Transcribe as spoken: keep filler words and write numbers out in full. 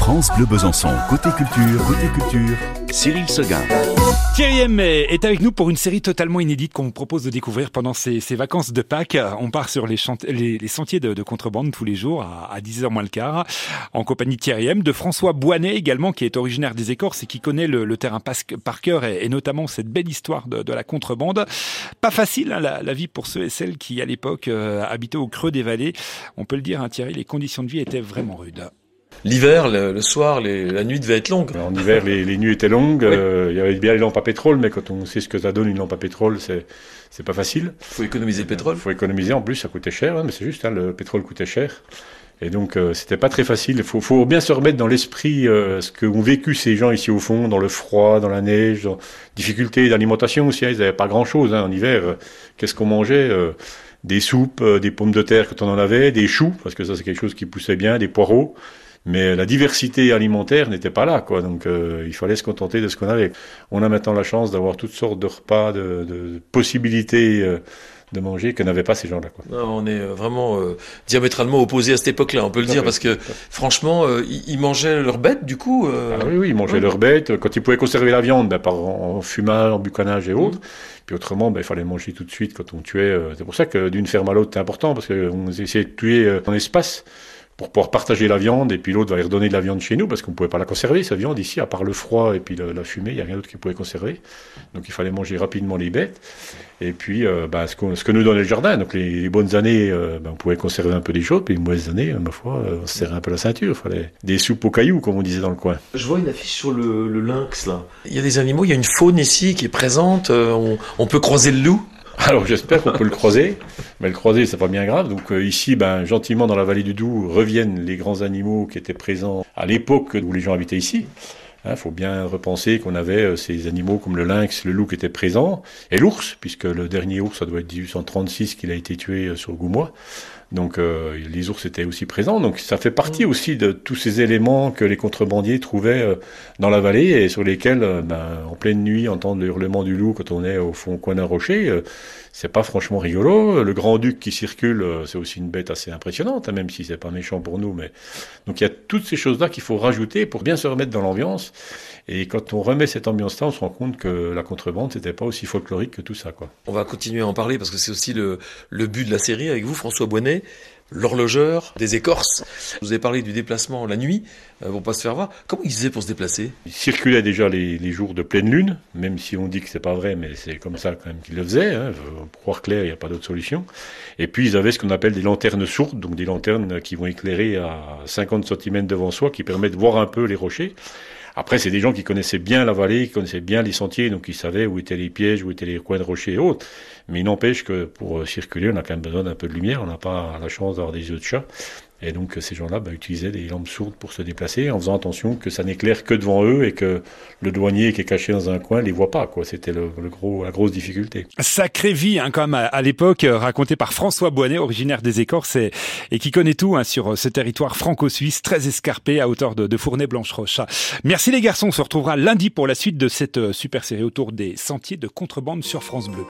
France Bleu Besançon, côté culture, côté culture, Cyril Seguin. Thierry M est avec nous pour une série totalement inédite qu'on vous propose de découvrir pendant ces, ces vacances de Pâques. On part sur les, chant- les, les sentiers de, de contrebande tous les jours à, à dix heures moins le quart, en compagnie de Thierry M, de François Boinet également, qui est originaire des Écorces et qui connaît le, le terrain pas, par cœur et, et notamment cette belle histoire de, de la contrebande. Pas facile hein, la, la vie pour ceux et celles qui à l'époque euh, habitaient au creux des vallées. On peut le dire, hein, Thierry, les conditions de vie étaient vraiment rudes. L'hiver, le, le soir, les, la nuit devait être longue. En hiver, les, les nuits étaient longues. Oui. Euh, il y avait bien les lampes à pétrole, mais quand on sait ce que ça donne une lampe à pétrole, c'est c'est pas facile. Il faut économiser le pétrole. Il faut économiser. En plus, ça coûtait cher, hein, mais c'est juste, hein, le pétrole coûtait cher. Et donc, euh, c'était pas très facile. Il faut, faut bien se remettre dans l'esprit euh, ce qu'ont vécu ces gens ici au fond, dans le froid, dans la neige, dans difficultés d'alimentation aussi. Hein, ils n'avaient pas grand-chose hein, en hiver. Euh, qu'est-ce qu'on mangeait euh, Des soupes, euh, des pommes de terre quand on en avait, des choux, parce que ça c'est quelque chose qui poussait bien, des poireaux. Mais la diversité alimentaire n'était pas là, quoi. Donc euh, il fallait se contenter de ce qu'on avait. On a maintenant la chance d'avoir toutes sortes de repas, de, de possibilités euh, de manger que n'avaient pas ces gens-là, quoi. Non, on est vraiment euh, diamétralement opposés à cette époque-là, on peut le dire, parce que franchement, euh, ils, ils mangeaient leurs bêtes, du coup. Euh... Ah oui, oui, ils mangeaient ouais. leurs bêtes. Quand ils pouvaient conserver la viande, ben, par en, en fumage, en bucanage et autres. Mmh. Puis autrement, ben, il fallait manger tout de suite quand on tuait. Euh, c'est pour ça que d'une ferme à l'autre, c'est important, parce qu'on essayait de tuer euh, en espace, pour pouvoir partager la viande, et puis l'autre va y redonner de la viande chez nous, parce qu'on ne pouvait pas la conserver, sa viande, ici, à part le froid et puis le, la fumée, il n'y a rien d'autre qui pouvait conserver. Donc il fallait manger rapidement les bêtes, et puis euh, bah, ce, ce que nous donnait le jardin. Donc les, les bonnes années, euh, bah, on pouvait conserver un peu des choses, puis les mauvaises années, euh, ma foi, euh, on se serrait un peu la ceinture, il fallait des soupes aux cailloux, comme on disait dans le coin. Je vois une affiche sur le, le lynx, là. Il y a des animaux, il y a une faune ici qui est présente, euh, on, on peut croiser le loup. Alors j'espère qu'on peut le croiser, mais le croiser c'est pas bien grave. Donc euh, ici, ben gentiment dans la vallée du Doubs reviennent les grands animaux qui étaient présents à l'époque où les gens habitaient ici. Il hein, faut bien repenser qu'on avait euh, ces animaux comme le lynx, le loup qui étaient présents, et l'ours, puisque le dernier ours, ça doit être dix-huit cent trente-six qu'il a été tué euh, sur Goumois. Donc euh, les ours étaient aussi présents. Donc ça fait partie aussi de tous ces éléments que les contrebandiers trouvaient euh, dans la vallée et sur lesquels, euh, ben, en pleine nuit, entendre le hurlement du loup quand on est au fond coin d'un rocher, euh, c'est pas franchement rigolo. Le grand-duc qui circule, euh, c'est aussi une bête assez impressionnante, hein, même si c'est pas méchant pour nous. Mais donc il y a toutes ces choses-là qu'il faut rajouter pour bien se remettre dans l'ambiance. Et quand on remet cette ambiance-là, on se rend compte que la contrebande, c'était pas aussi folklorique que tout ça, quoi. On va continuer à en parler parce que c'est aussi le, le but de la série avec vous, François Boinet, l'horlogeur des Écorces. Vous avez parlé du déplacement la nuit, euh, pour pas se faire voir. Comment ils faisaient pour se déplacer ? Ils circulaient déjà les, les jours de pleine lune, même si on dit que c'est pas vrai, mais c'est comme ça quand même qu'ils le faisaient. Hein. Pour croire clair, il n'y a pas d'autre solution. Et puis ils avaient ce qu'on appelle des lanternes sourdes, donc des lanternes qui vont éclairer à cinquante centimètres devant soi, qui permettent de voir un peu les rochers. Après, c'est des gens qui connaissaient bien la vallée, qui connaissaient bien les sentiers, donc ils savaient où étaient les pièges, où étaient les coins de rochers et autres. Mais il n'empêche que pour circuler, on a quand même besoin d'un peu de lumière, on n'a pas la chance d'avoir des yeux de chat. Et donc ces gens-là bah, utilisaient des lampes sourdes pour se déplacer, en faisant attention que ça n'éclaire que devant eux et que le douanier qui est caché dans un coin les voit pas, quoi. C'était le, le gros, la grosse difficulté. Sacrée vie, hein, quand même, à, à l'époque, euh, racontée par François Boinet, originaire des Écorces et, et qui connaît tout hein, sur ce territoire franco-suisse, très escarpé à hauteur de, de Fournay-Blanche-Roche. Merci les garçons, on se retrouvera lundi pour la suite de cette super série autour des sentiers de contrebande sur France Bleu.